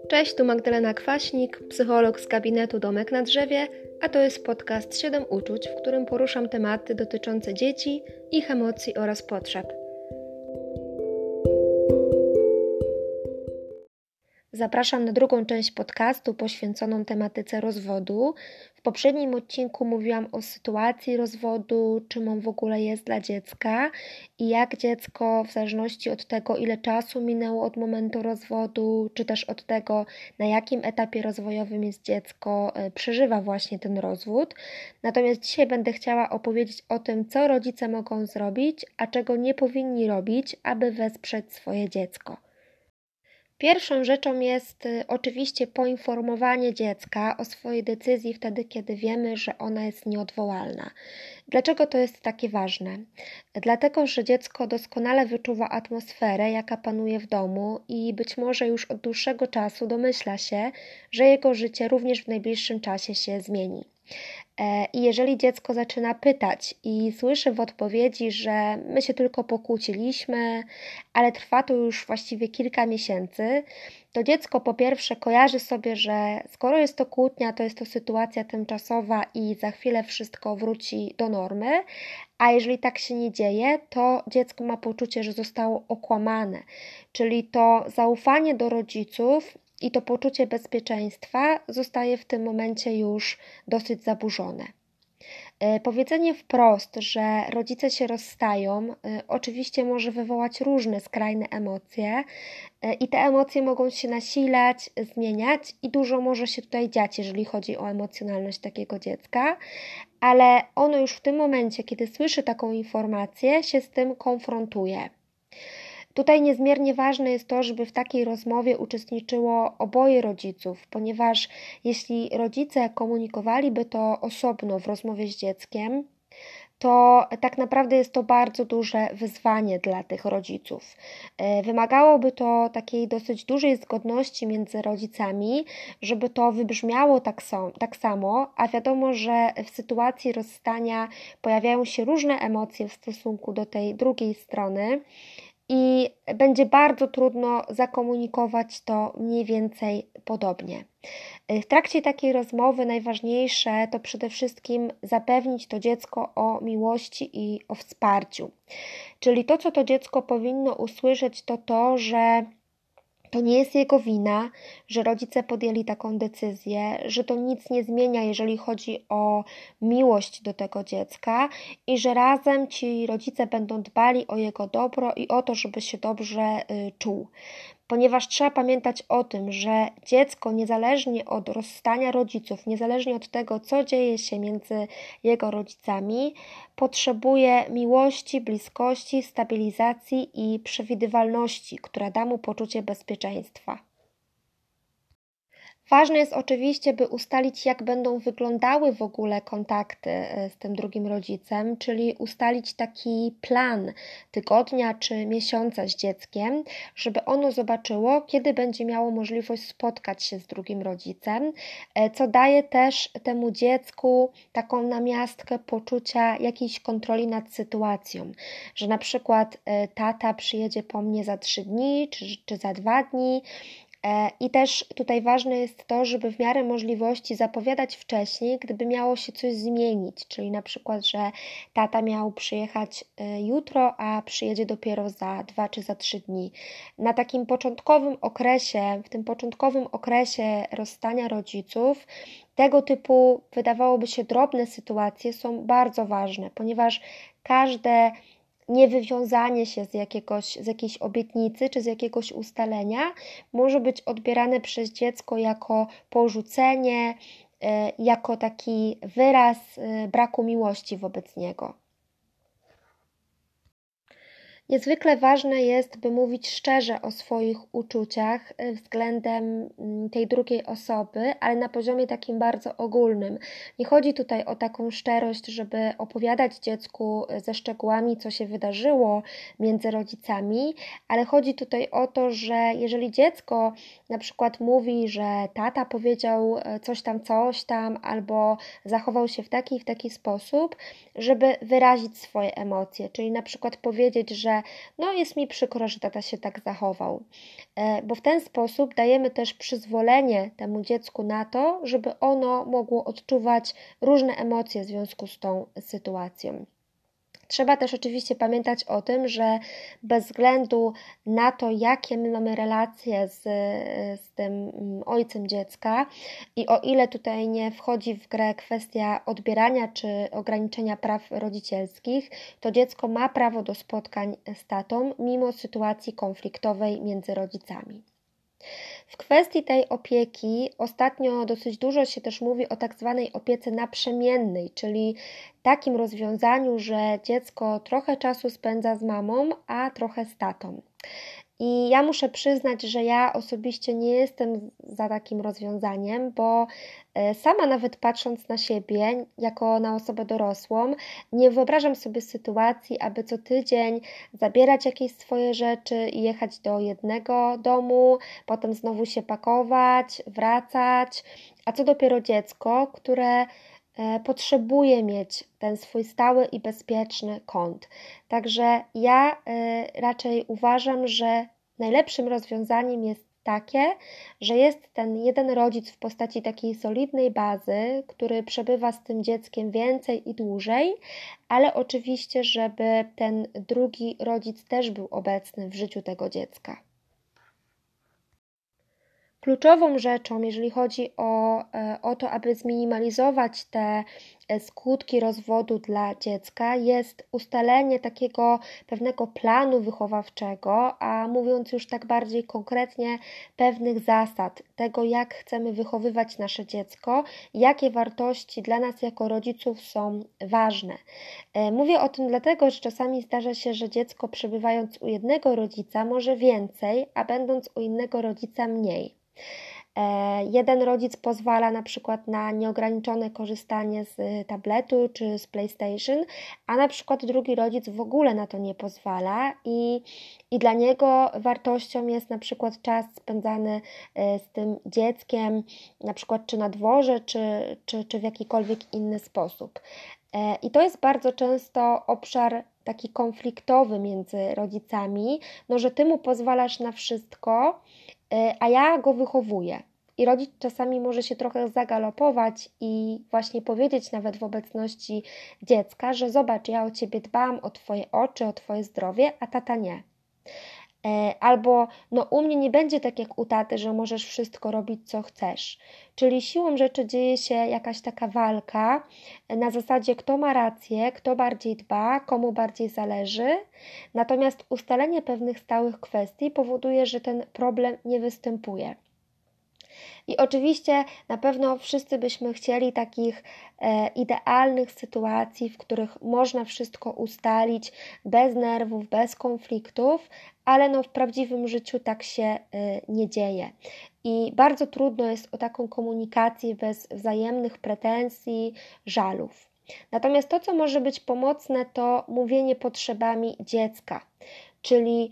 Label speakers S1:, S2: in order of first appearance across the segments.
S1: Cześć, tu Magdalena Kwaśnik, psycholog z gabinetu Domek na Drzewie, a to jest podcast 7 uczuć, w którym poruszam tematy dotyczące dzieci, ich emocji oraz potrzeb. Zapraszam na drugą część podcastu poświęconą tematyce rozwodu. W poprzednim odcinku mówiłam o sytuacji rozwodu, czym on w ogóle jest dla dziecka i jak dziecko w zależności od tego, ile czasu minęło od momentu rozwodu, czy też od tego, na jakim etapie rozwojowym jest dziecko, przeżywa właśnie ten rozwód. Natomiast dzisiaj będę chciała opowiedzieć o tym, co rodzice mogą zrobić, a czego nie powinni robić, aby wesprzeć swoje dziecko. Pierwszą rzeczą jest oczywiście poinformowanie dziecka o swojej decyzji wtedy, kiedy wiemy, że ona jest nieodwołalna. Dlaczego to jest takie ważne? Dlatego, że dziecko doskonale wyczuwa atmosferę, jaka panuje w domu i być może już od dłuższego czasu domyśla się, że jego życie również w najbliższym czasie się zmieni. I jeżeli dziecko zaczyna pytać i słyszy w odpowiedzi, że my się tylko pokłóciliśmy, ale trwa to już właściwie kilka miesięcy, to dziecko po pierwsze kojarzy sobie, że skoro jest to kłótnia, to jest to sytuacja tymczasowa i za chwilę wszystko wróci do normy, a jeżeli tak się nie dzieje, to dziecko ma poczucie, że zostało okłamane, czyli to zaufanie do rodziców i to poczucie bezpieczeństwa zostaje w tym momencie już dosyć zaburzone. Powiedzenie wprost, że rodzice się rozstają, oczywiście może wywołać różne skrajne emocje i te emocje mogą się nasilać, zmieniać i dużo może się tutaj dziać, jeżeli chodzi o emocjonalność takiego dziecka, ale ono już w tym momencie, kiedy słyszy taką informację, się z tym konfrontuje. Tutaj niezmiernie ważne jest to, żeby w takiej rozmowie uczestniczyło oboje rodziców, ponieważ jeśli rodzice komunikowaliby to osobno w rozmowie z dzieckiem, to tak naprawdę jest to bardzo duże wyzwanie dla tych rodziców. Wymagałoby to takiej dosyć dużej zgodności między rodzicami, żeby to wybrzmiało tak samo, a wiadomo, że w sytuacji rozstania pojawiają się różne emocje w stosunku do tej drugiej strony, i będzie bardzo trudno zakomunikować to mniej więcej podobnie. W trakcie takiej rozmowy najważniejsze to przede wszystkim zapewnić to dziecko o miłości i o wsparciu. Czyli to, co to dziecko powinno usłyszeć, to to, że to nie jest jego wina, że rodzice podjęli taką decyzję, że to nic nie zmienia, jeżeli chodzi o miłość do tego dziecka i że razem ci rodzice będą dbali o jego dobro i o to, żeby się dobrze czuł. Ponieważ trzeba pamiętać o tym, że dziecko niezależnie od rozstania rodziców, niezależnie od tego, co dzieje się między jego rodzicami, potrzebuje miłości, bliskości, stabilizacji i przewidywalności, która da mu poczucie bezpieczeństwa. Ważne jest oczywiście, by ustalić, jak będą wyglądały w ogóle kontakty z tym drugim rodzicem, czyli ustalić taki plan tygodnia czy miesiąca z dzieckiem, żeby ono zobaczyło, kiedy będzie miało możliwość spotkać się z drugim rodzicem, co daje też temu dziecku taką namiastkę poczucia jakiejś kontroli nad sytuacją, że na przykład tata przyjedzie po mnie za 3 dni czy za 2 dni, i też tutaj ważne jest to, żeby w miarę możliwości zapowiadać wcześniej, gdyby miało się coś zmienić, czyli na przykład, że tata miał przyjechać jutro, a przyjedzie dopiero za 2 czy za 3 dni. Na takim początkowym okresie, w tym początkowym okresie rozstania rodziców, tego typu wydawałoby się drobne sytuacje są bardzo ważne, ponieważ każde niewywiązanie się z jakiejś obietnicy czy z jakiegoś ustalenia może być odbierane przez dziecko jako porzucenie, jako taki wyraz braku miłości wobec niego. Niezwykle ważne jest, by mówić szczerze o swoich uczuciach względem tej drugiej osoby, ale na poziomie takim bardzo ogólnym. Nie chodzi tutaj o taką szczerość, żeby opowiadać dziecku ze szczegółami, co się wydarzyło między rodzicami, ale chodzi tutaj o to, że jeżeli dziecko na przykład mówi, że tata powiedział coś tam, albo zachował się w taki i w taki sposób, żeby wyrazić swoje emocje, czyli na przykład powiedzieć, że że no jest mi przykro, że tata się tak zachował. Bo w ten sposób dajemy też przyzwolenie temu dziecku na to, żeby ono mogło odczuwać różne emocje w związku z tą sytuacją. Trzeba też oczywiście pamiętać o tym, że bez względu na to, jakie my mamy relacje z tym ojcem dziecka i o ile tutaj nie wchodzi w grę kwestia odbierania czy ograniczenia praw rodzicielskich, to dziecko ma prawo do spotkań z tatą mimo sytuacji konfliktowej między rodzicami. W kwestii tej opieki ostatnio dosyć dużo się też mówi o tak zwanej opiece naprzemiennej, czyli takim rozwiązaniu, że dziecko trochę czasu spędza z mamą, a trochę z tatą. I ja muszę przyznać, że ja osobiście nie jestem za takim rozwiązaniem, bo sama nawet patrząc na siebie, jako na osobę dorosłą, nie wyobrażam sobie sytuacji, aby co tydzień zabierać jakieś swoje rzeczy i jechać do jednego domu, potem znowu się pakować, wracać, a co dopiero dziecko, które potrzebuje mieć ten swój stały i bezpieczny kąt. Także ja raczej uważam, że najlepszym rozwiązaniem jest takie, że jest ten jeden rodzic w postaci takiej solidnej bazy, który przebywa z tym dzieckiem więcej i dłużej, ale oczywiście, żeby ten drugi rodzic też był obecny w życiu tego dziecka. Kluczową rzeczą, jeżeli chodzi o to, aby zminimalizować te skutki rozwodu dla dziecka, jest ustalenie takiego pewnego planu wychowawczego, a mówiąc już tak bardziej konkretnie, pewnych zasad tego, jak chcemy wychowywać nasze dziecko, jakie wartości dla nas jako rodziców są ważne. Mówię o tym dlatego, że czasami zdarza się, że dziecko przebywając u jednego rodzica może więcej, a będąc u innego rodzica mniej. Jeden rodzic pozwala na przykład na nieograniczone korzystanie z tabletu czy z PlayStation, a na przykład drugi rodzic w ogóle na to nie pozwala i dla niego wartością jest na przykład czas spędzany z tym dzieckiem, na przykład czy na dworze, czy w jakikolwiek inny sposób. I to jest bardzo często obszar taki konfliktowy między rodzicami, no że ty mu pozwalasz na wszystko, a ja go wychowuję. I rodzic czasami może się trochę zagalopować i właśnie powiedzieć nawet w obecności dziecka, że zobacz, ja o ciebie dbam, o twoje oczy, o twoje zdrowie, a tata nie. Albo no u mnie nie będzie tak jak u taty, że możesz wszystko robić co chcesz. Czyli siłą rzeczy dzieje się jakaś taka walka na zasadzie kto ma rację, kto bardziej dba, komu bardziej zależy. Natomiast ustalenie pewnych stałych kwestii powoduje, że ten problem nie występuje. I oczywiście na pewno wszyscy byśmy chcieli takich idealnych sytuacji, w których można wszystko ustalić bez nerwów, bez konfliktów, ale no w prawdziwym życiu tak się nie dzieje. I bardzo trudno jest o taką komunikację bez wzajemnych pretensji, żalów. Natomiast to, co może być pomocne, to mówienie potrzebami dziecka, czyli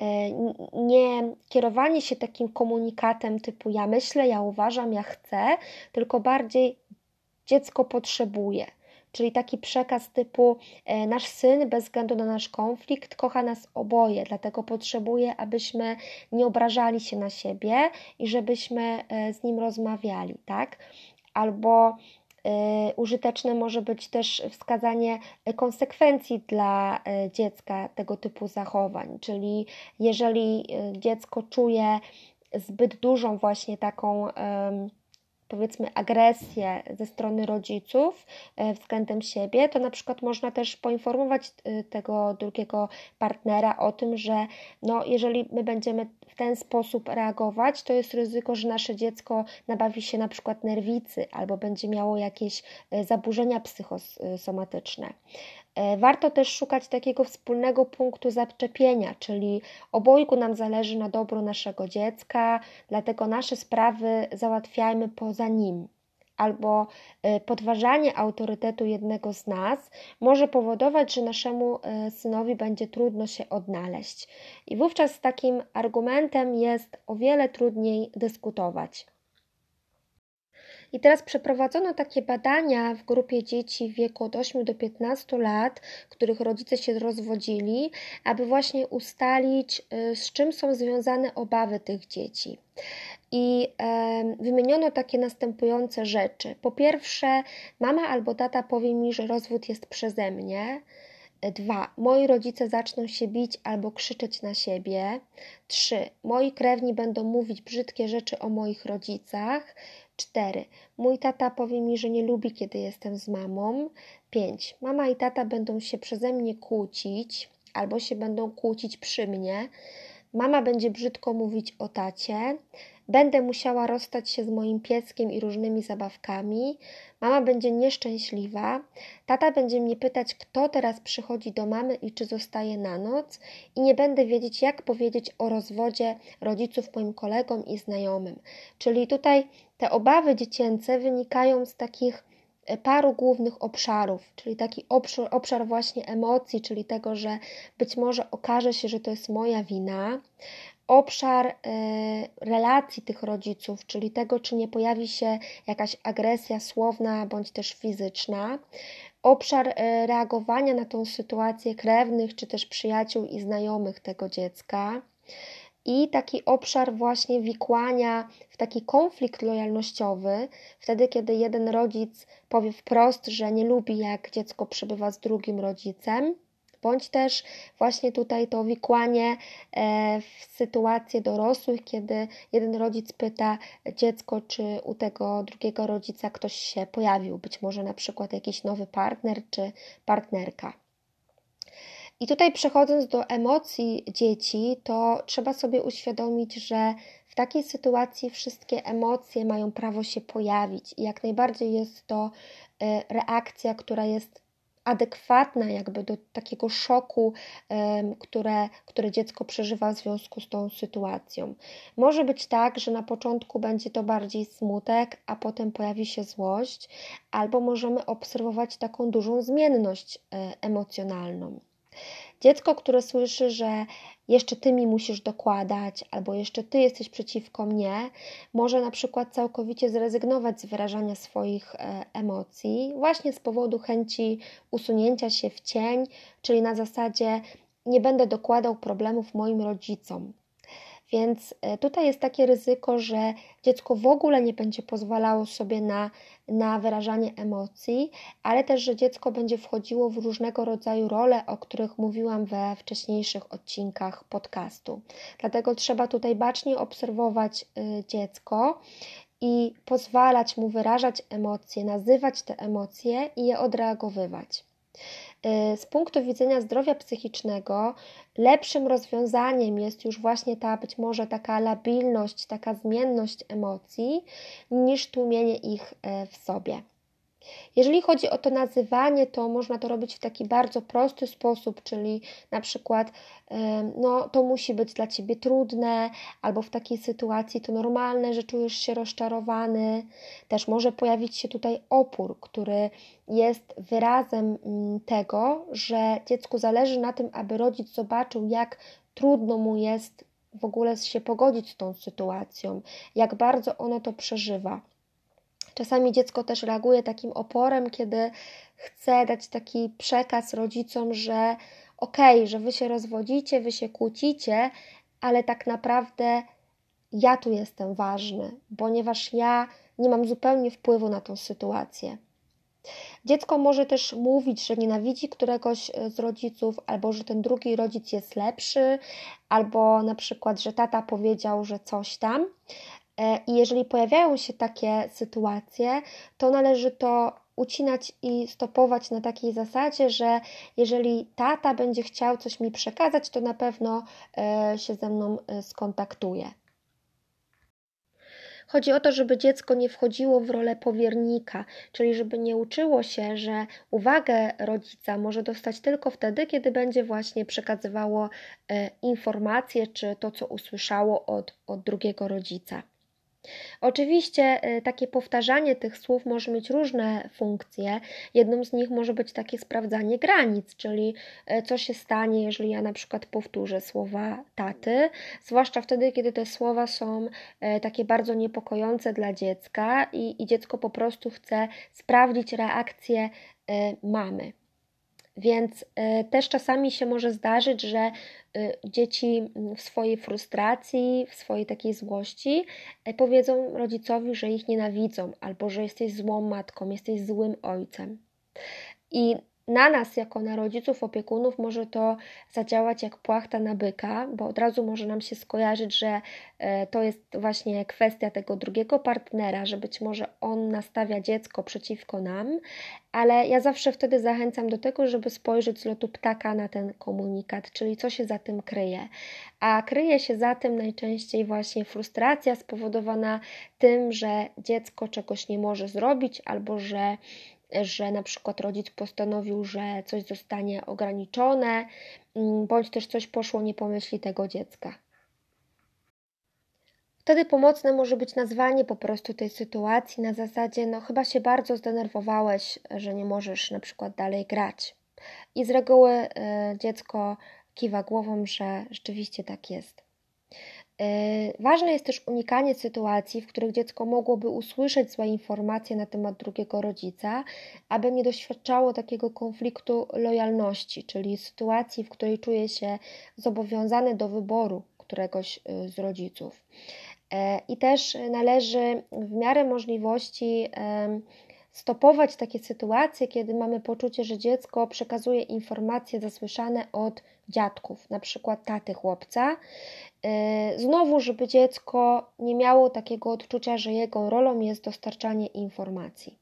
S1: nie kierowanie się takim komunikatem typu ja myślę, ja uważam, ja chcę, tylko bardziej dziecko potrzebuje. Czyli taki przekaz typu nasz syn bez względu na nasz konflikt kocha nas oboje, dlatego potrzebuje, abyśmy nie obrażali się na siebie i żebyśmy z nim rozmawiali, tak? Albo użyteczne może być też wskazanie konsekwencji dla dziecka tego typu zachowań, czyli jeżeli dziecko czuje zbyt dużą właśnie taką powiedzmy agresję ze strony rodziców względem siebie, to na przykład można też poinformować tego drugiego partnera o tym, że no, jeżeli my będziemy w ten sposób reagować, to jest ryzyko, że nasze dziecko nabawi się na przykład nerwicy albo będzie miało jakieś zaburzenia psychosomatyczne. Warto też szukać takiego wspólnego punktu zaczepienia, czyli obojgu nam zależy na dobru naszego dziecka, dlatego nasze sprawy załatwiajmy poza nim. Albo podważanie autorytetu jednego z nas może powodować, że naszemu synowi będzie trudno się odnaleźć. I wówczas z takim argumentem jest o wiele trudniej dyskutować. I teraz przeprowadzono takie badania w grupie dzieci w wieku od 8 do 15 lat, których rodzice się rozwodzili, aby właśnie ustalić, z czym są związane obawy tych dzieci. I wymieniono takie następujące rzeczy. Po pierwsze, mama albo tata powie mi, że rozwód jest przeze mnie. 2. Moi rodzice zaczną się bić albo krzyczeć na siebie. 3. Moi krewni będą mówić brzydkie rzeczy o moich rodzicach. 4. Mój tata powie mi, że nie lubi, kiedy jestem z mamą. 5. Mama i tata będą się przeze mnie kłócić albo się będą kłócić przy mnie. Mama będzie brzydko mówić o tacie. Będę musiała rozstać się z moim pieskiem i różnymi zabawkami. Mama będzie nieszczęśliwa. Tata będzie mnie pytać, kto teraz przychodzi do mamy i czy zostaje na noc. I nie będę wiedzieć, jak powiedzieć o rozwodzie rodziców moim kolegom i znajomym. Czyli tutaj te obawy dziecięce wynikają z takich paru głównych obszarów, czyli taki obszar właśnie emocji, czyli tego, że być może okaże się, że to jest moja wina, obszar relacji tych rodziców, czyli tego, czy nie pojawi się jakaś agresja słowna bądź też fizyczna, obszar reagowania na tą sytuację krewnych, czy też przyjaciół i znajomych tego dziecka i taki obszar właśnie wikłania w taki konflikt lojalnościowy, wtedy kiedy jeden rodzic powie wprost, że nie lubi, jak dziecko przebywa z drugim rodzicem, bądź też właśnie tutaj to wikłanie w sytuacje dorosłych, kiedy jeden rodzic pyta dziecko, czy u tego drugiego rodzica ktoś się pojawił, być może na przykład jakiś nowy partner czy partnerka. I tutaj przechodząc do emocji dzieci, to trzeba sobie uświadomić, że w takiej sytuacji wszystkie emocje mają prawo się pojawić i jak najbardziej jest to reakcja, która jest adekwatna jakby do takiego szoku, które dziecko przeżywa w związku z tą sytuacją. Może być tak, że na początku będzie to bardziej smutek, a potem pojawi się złość, albo możemy obserwować taką dużą zmienność emocjonalną. Dziecko, które słyszy, że jeszcze ty mi musisz dokładać, albo jeszcze ty jesteś przeciwko mnie, może na przykład całkowicie zrezygnować z wyrażania swoich emocji, właśnie z powodu chęci usunięcia się w cień, czyli na zasadzie nie będę dokładał problemów moim rodzicom. Więc tutaj jest takie ryzyko, że dziecko w ogóle nie będzie pozwalało sobie na wyrażanie emocji, ale też, że dziecko będzie wchodziło w różnego rodzaju role, o których mówiłam we wcześniejszych odcinkach podcastu. Dlatego trzeba tutaj bacznie obserwować dziecko i pozwalać mu wyrażać emocje, nazywać te emocje i je odreagowywać. Z punktu widzenia zdrowia psychicznego lepszym rozwiązaniem jest już właśnie ta być może taka labilność, taka zmienność emocji niż tłumienie ich w sobie. Jeżeli chodzi o to nazywanie, to można to robić w taki bardzo prosty sposób, czyli na przykład no, to musi być dla Ciebie trudne, albo w takiej sytuacji to normalne, że czujesz się rozczarowany. Też może pojawić się tutaj opór, który jest wyrazem tego, że dziecku zależy na tym, aby rodzic zobaczył, jak trudno mu jest w ogóle się pogodzić z tą sytuacją, jak bardzo ono to przeżywa. Czasami dziecko też reaguje takim oporem, kiedy chce dać taki przekaz rodzicom, że okej, że wy się rozwodzicie, wy się kłócicie, ale tak naprawdę ja tu jestem ważny, ponieważ ja nie mam zupełnie wpływu na tą sytuację. Dziecko może też mówić, że nienawidzi któregoś z rodziców, albo że ten drugi rodzic jest lepszy, albo na przykład, że tata powiedział, że coś tam. I jeżeli pojawiają się takie sytuacje, to należy to ucinać i stopować na takiej zasadzie, że jeżeli tata będzie chciał coś mi przekazać, to na pewno się ze mną skontaktuje. Chodzi o to, żeby dziecko nie wchodziło w rolę powiernika, czyli żeby nie uczyło się, że uwagę rodzica może dostać tylko wtedy, kiedy będzie właśnie przekazywało informacje, czy to, co usłyszało od drugiego rodzica. Oczywiście takie powtarzanie tych słów może mieć różne funkcje. Jedną z nich może być takie sprawdzanie granic, czyli co się stanie, jeżeli ja na przykład powtórzę słowa taty, zwłaszcza wtedy, kiedy te słowa są takie bardzo niepokojące dla dziecka i dziecko po prostu chce sprawdzić reakcję mamy. Więc też czasami się może zdarzyć, że dzieci w swojej frustracji, w swojej takiej złości powiedzą rodzicowi, że ich nienawidzą albo że jesteś złą matką, jesteś złym ojcem. I na nas, jako na rodziców, opiekunów, może to zadziałać jak płachta na byka, bo od razu może nam się skojarzyć, że to jest właśnie kwestia tego drugiego partnera, że być może on nastawia dziecko przeciwko nam, ale ja zawsze wtedy zachęcam do tego, żeby spojrzeć z lotu ptaka na ten komunikat, czyli co się za tym kryje. A kryje się za tym najczęściej właśnie frustracja spowodowana tym, że dziecko czegoś nie może zrobić albo że na przykład rodzic postanowił, że coś zostanie ograniczone, bądź też coś poszło nie po myśli tego dziecka. Wtedy pomocne może być nazwanie po prostu tej sytuacji na zasadzie, no chyba się bardzo zdenerwowałeś, że nie możesz na przykład dalej grać. I z reguły dziecko kiwa głową, że rzeczywiście tak jest. Ważne jest też unikanie sytuacji, w których dziecko mogłoby usłyszeć złe informacje na temat drugiego rodzica, aby nie doświadczało takiego konfliktu lojalności, czyli sytuacji, w której czuje się zobowiązane do wyboru któregoś z rodziców. I też należy w miarę możliwości stopować takie sytuacje, kiedy mamy poczucie, że dziecko przekazuje informacje zasłyszane od dziadków, na przykład taty chłopca. Znowu, żeby dziecko nie miało takiego odczucia, że jego rolą jest dostarczanie informacji.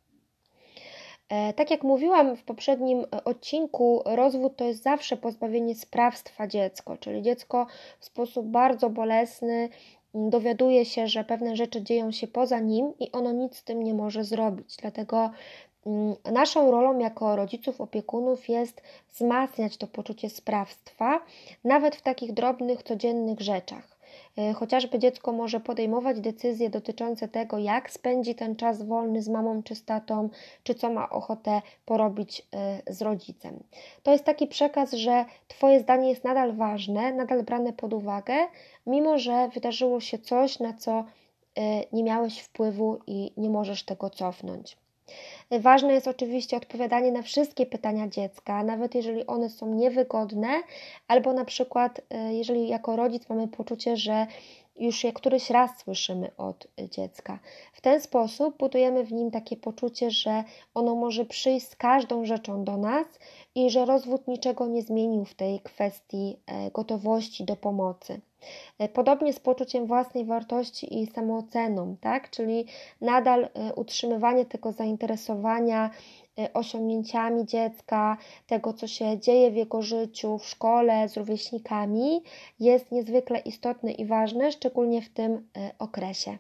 S1: Tak jak mówiłam w poprzednim odcinku, rozwód to jest zawsze pozbawienie sprawstwa dziecko, czyli dziecko w sposób bardzo bolesny dowiaduje się, że pewne rzeczy dzieją się poza nim i ono nic z tym nie może zrobić. Dlatego naszą rolą jako rodziców, opiekunów jest wzmacniać to poczucie sprawstwa, nawet w takich drobnych, codziennych rzeczach. Chociażby dziecko może podejmować decyzje dotyczące tego, jak spędzi ten czas wolny z mamą czy z tatą, czy co ma ochotę porobić z rodzicem. To jest taki przekaz, że Twoje zdanie jest nadal ważne, nadal brane pod uwagę, mimo że wydarzyło się coś, na co nie miałeś wpływu i nie możesz tego cofnąć. Ważne jest oczywiście odpowiadanie na wszystkie pytania dziecka, nawet jeżeli one są niewygodne, albo na przykład jeżeli jako rodzic mamy poczucie, że już je któryś raz słyszymy od dziecka. W ten sposób budujemy w nim takie poczucie, że ono może przyjść z każdą rzeczą do nas i że rozwód niczego nie zmienił w tej kwestii gotowości do pomocy. Podobnie z poczuciem własnej wartości i samooceną, tak? Czyli nadal utrzymywanie tego zainteresowania osiągnięciami dziecka, tego co się dzieje w jego życiu, w szkole, z rówieśnikami jest niezwykle istotne i ważne, szczególnie w tym okresie.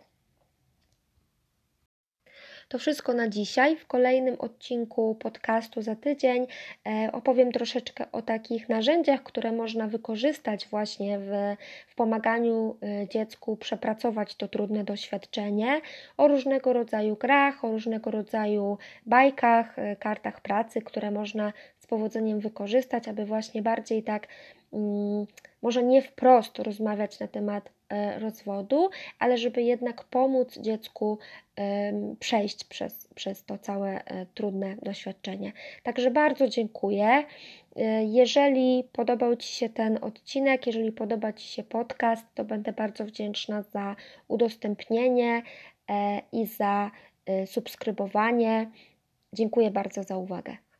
S1: To wszystko na dzisiaj. W kolejnym odcinku podcastu za tydzień opowiem troszeczkę o takich narzędziach, które można wykorzystać właśnie w pomaganiu dziecku przepracować to trudne doświadczenie, o różnego rodzaju grach, o różnego rodzaju bajkach, kartach pracy, które można z powodzeniem wykorzystać, aby właśnie bardziej tak może nie wprost rozmawiać na temat rozwodu, ale żeby jednak pomóc dziecku przejść przez to całe trudne doświadczenie. Także bardzo dziękuję. Jeżeli podobał Ci się ten odcinek, jeżeli podoba Ci się podcast, to będę bardzo wdzięczna za udostępnienie i za subskrybowanie. Dziękuję bardzo za uwagę.